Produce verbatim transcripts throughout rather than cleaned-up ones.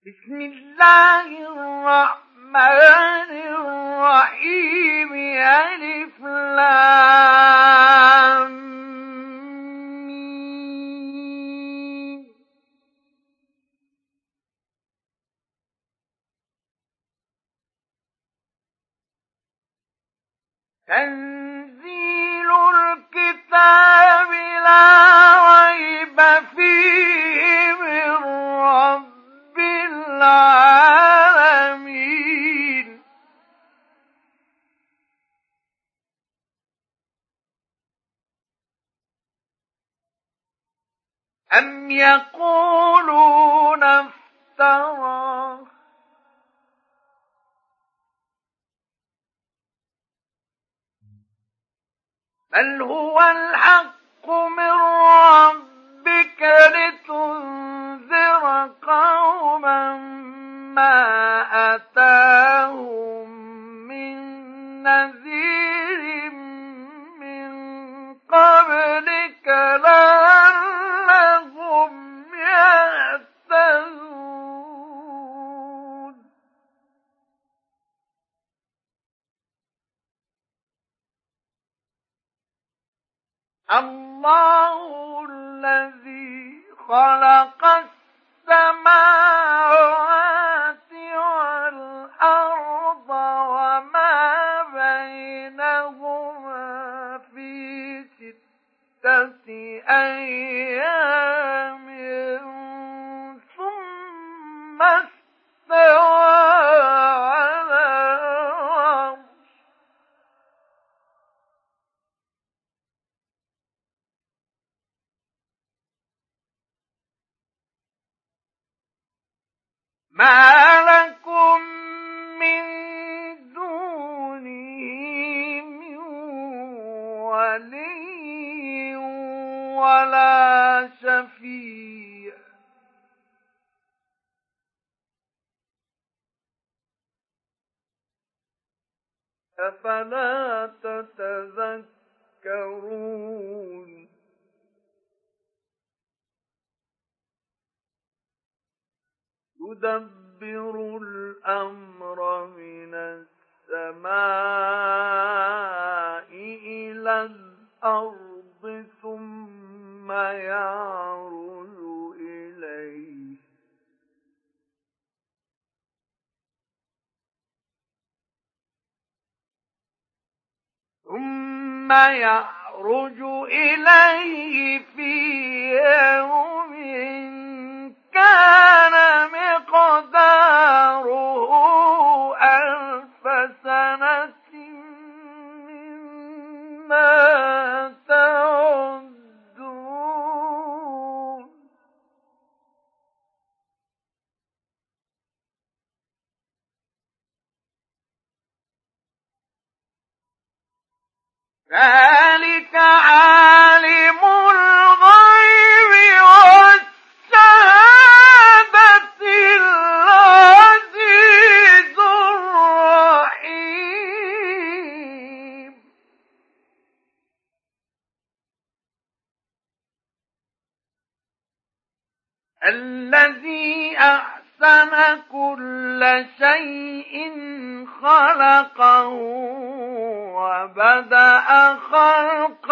بسم الله الرحمن الرحيم. ألف لام ميم. تنزيل الكتاب لا ريب فيه من رب العالمين. أم يقولون افتراه بل هو الحق من ربك لتنذر قوما ما أتاهم من نذير من قبلك لعلهم يهتدون. الله الذي خلق السماوات والأرض وما بينهما في ستة أيام ثم استوى على العرش. ما لكم من دونه من ولي ولا شفيع أفلا تتذكرون. يدبر الأمر من السماء إلى الأرض ثم يعرج إليه ثم يعرج إليه في يوم كان مقداره ألف سنة مما تعدون. ذلك عالم الغيب والشهادة العزيز الرحيم. الذي أحسن كل شيء خلقه وبدأ خلق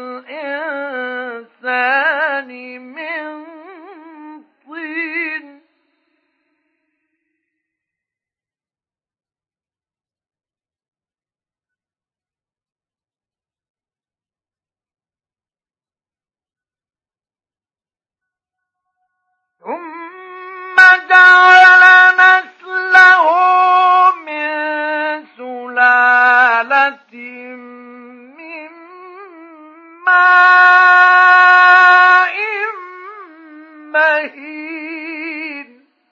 الإنسان من طين ثم جعل نسله من سلالة من ماء مهين.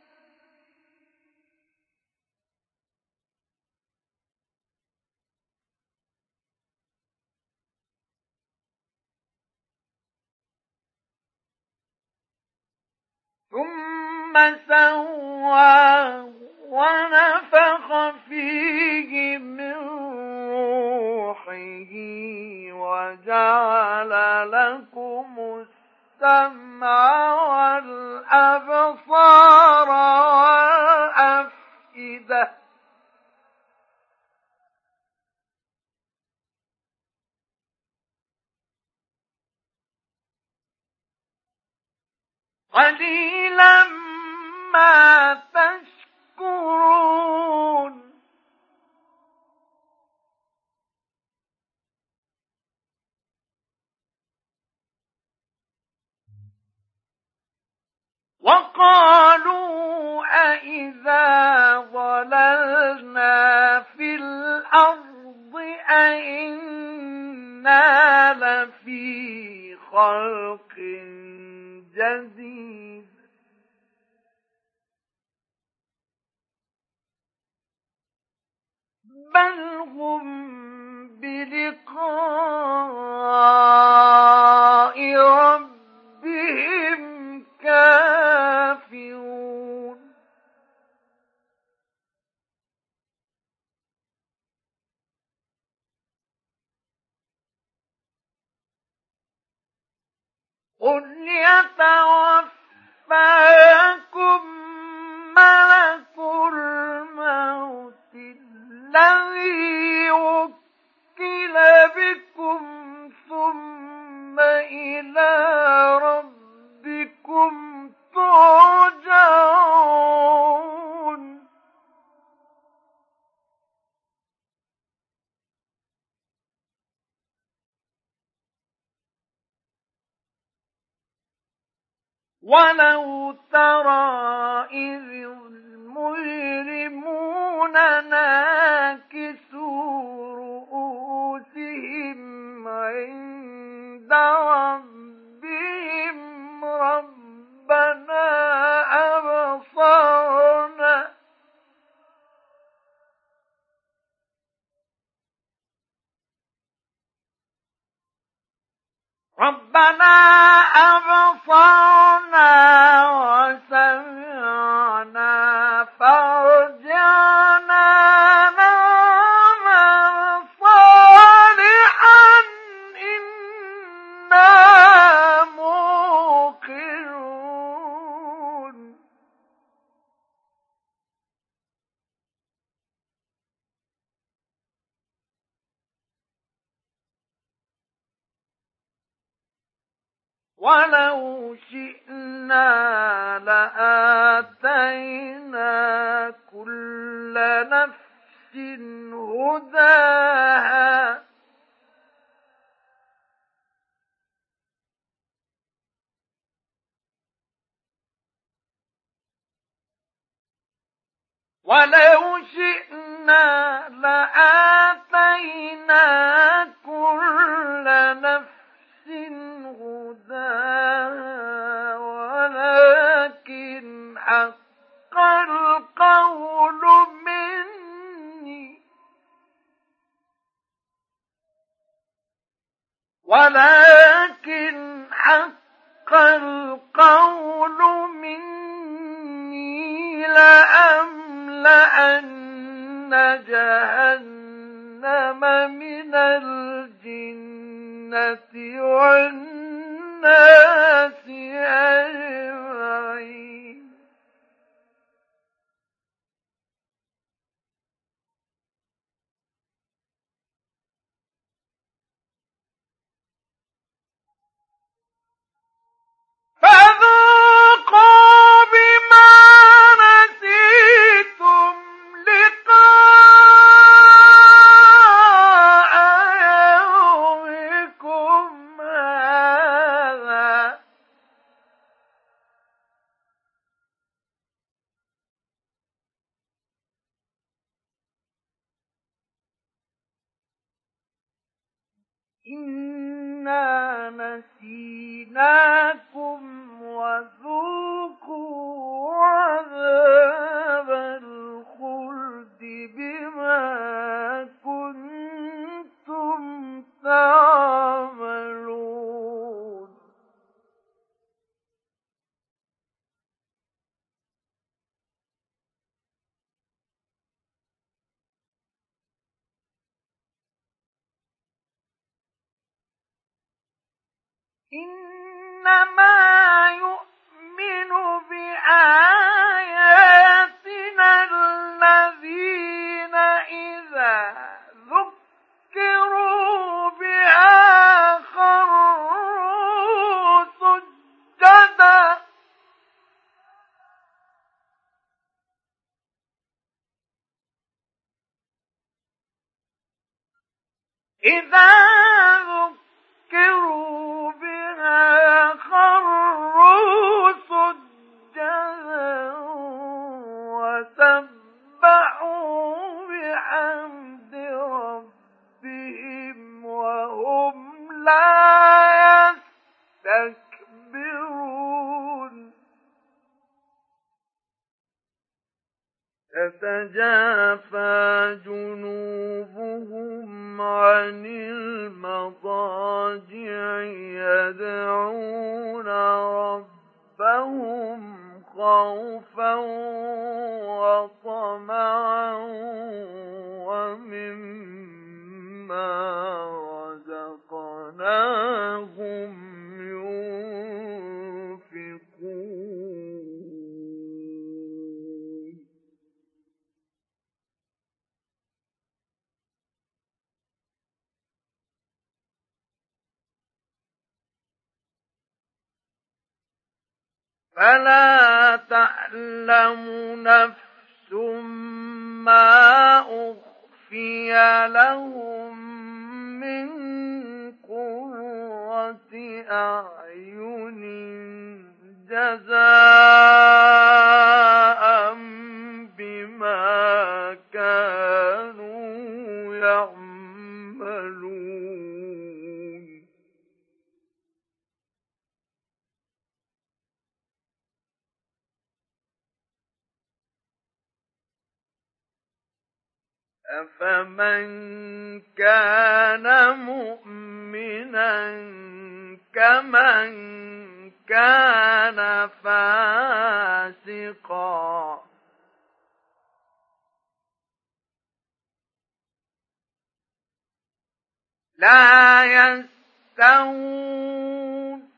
ثم سواه ونفخ فيه من روحه وجعل لكم السمع والأبصار والأفئدة قليلا ما تشكرون وقالوا أإذا ضللنا في الأرض أإنا لفي خلق جديد بل هم بلقاء ربهم كافرون قل يتوفاكم ملك الموت الذي وكل بكم ثم إلى ربكم ترجعون ولو ترى إذ المجرمون ناكسوا رؤوسهم عند ربهم ربنا أبصرنا ربنا أبصرنا وسمعنا فارجعنا نعمل صالحا إنا موقنون ولو شئنا لآتينا كل نفس هداها ولو شئنا لآتينا كل نفس هداها ولكن حق القول مني ولكن حق القول مني لأملأن جهنم من الجنة والناس أجمعين فذوقوا بما نسيتم لقاء يومكم هذا إنا نسيناكم وذوقوا عذاب الخلد بما كنتم تعملون إنما يؤمن بآياتنا الذين إذا ذكروا بها خروا سجدا إذا ذكروا بها خروا سجدا وسبحوا بحمد ربهم وهم لا يستكبرون تتجافى جنوبهم عن المضاجع يدعون ربهم خوفا وطمعا ومما رزقناهم ينفقون فلا تعلم نفس ما أخفي لهم من قرة أعين جزاء بما كانوا يعملون أفمن كان مؤمنا كمن كان فاسقا لا يستوون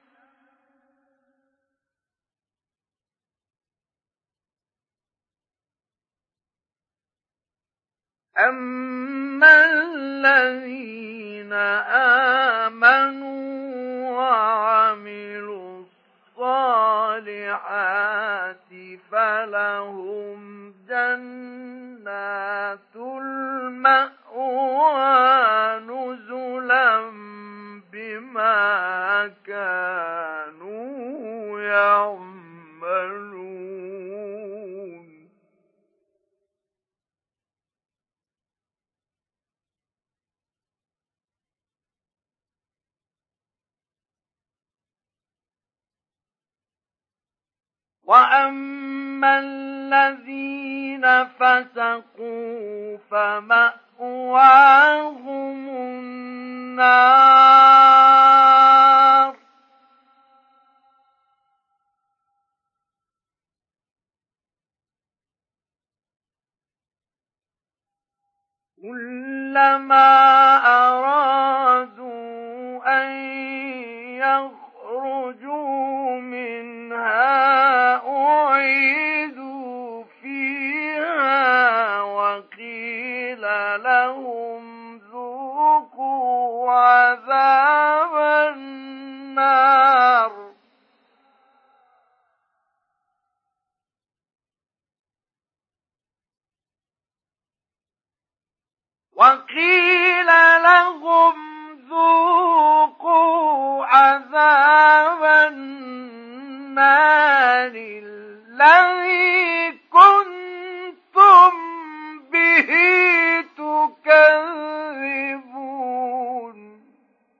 أما الذين آمنوا وعملوا الصالحات فلهم جنات المأوى نزلا بما كانوا يعملون وأما الذين فسقوا فمأواهم النار كلما أرادوا أن يخرجوا منها أعيدوا فيها وقيل لهم ذوقوا عذاب النار وقيل لهم ذوقوا عذاب النار الذي كنتم به تكذبون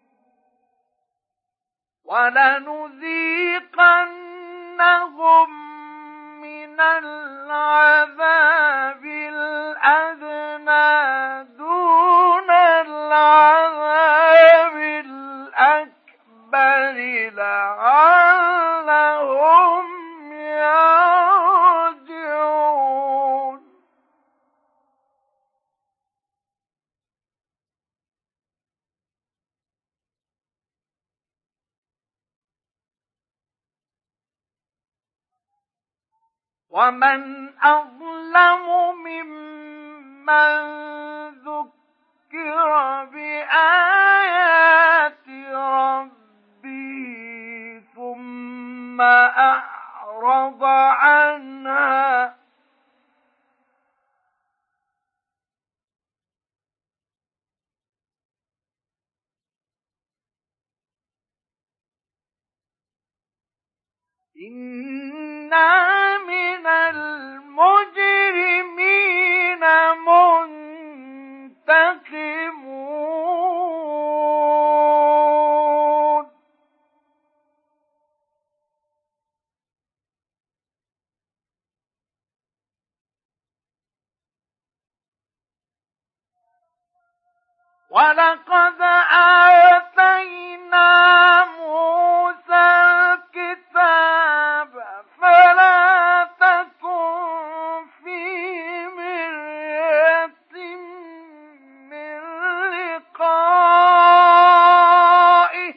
ولنذيقنهم من العذاب الأدنى دون العذاب الأكبر لعلهم يرجعون ومن أظلم ممن ذكر بآيات ربه ثم أعرض عنها إنا من المجرمين منتقمون ولقد آتينا موسى الكتاب فلا تكن في مرية من لقائه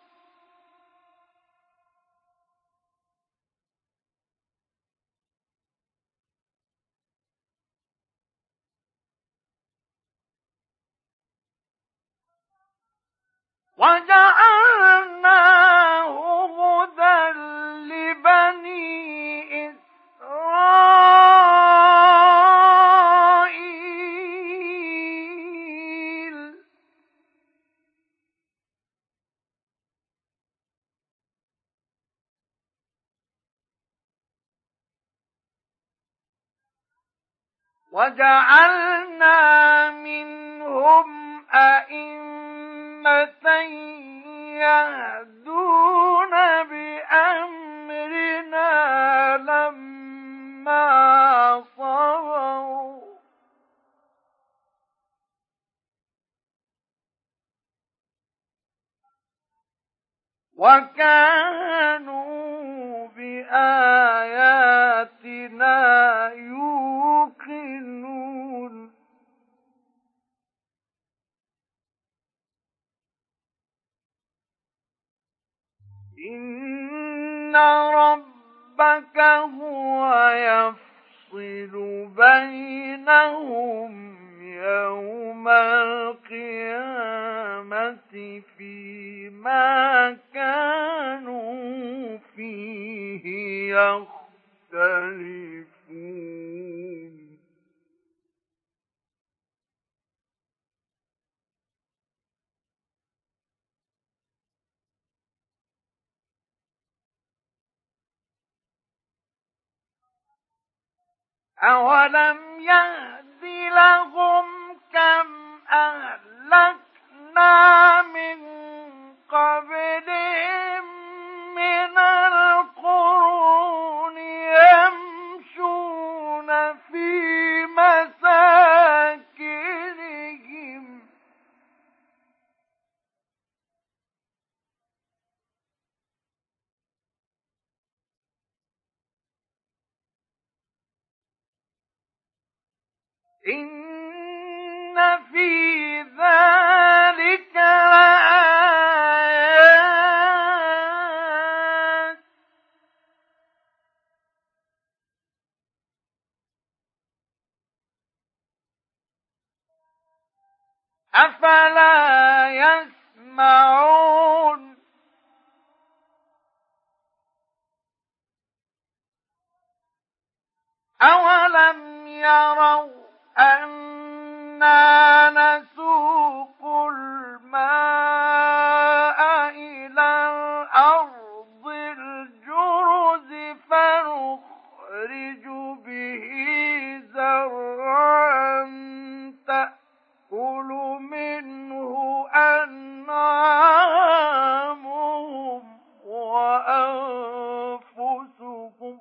وجعلناه هدى لبني إسرائيل وجعلنا منهم أئمة يهدون بأمرنا لما صبروا وكانوا بآياتنا يوقنون إن ربك هو يفصل بينهم يوم القيامة فيما كانوا فيه يختلفون أولم يهد لهم كم أهلكنا من قبلهم من القرون يمشون في مساكنهم إن في ذلك لآيات أفلا يسمعون أولم يروا أنا نسوق الماء إلى الأرض الجرز فنخرج به زرعا تأكل منه أنعامهم وأنفسهم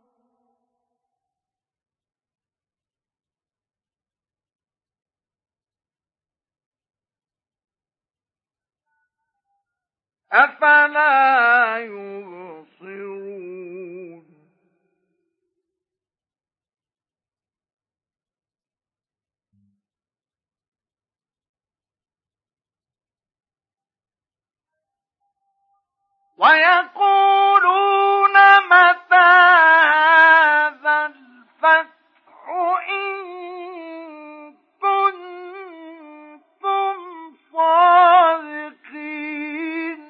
أفلا يبصرون ويقولون متى هذا الفتح إن كنتم صادقين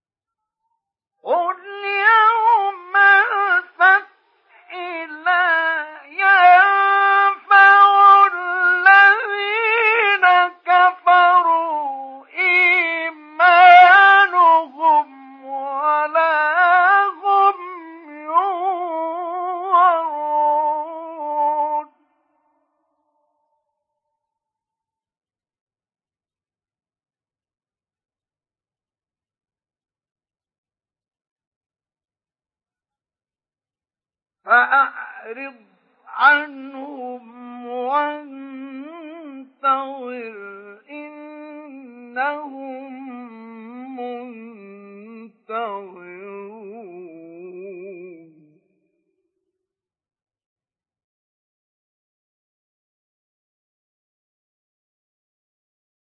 قل يوم الفتح لا فأعرض عنهم وانتظر إنهم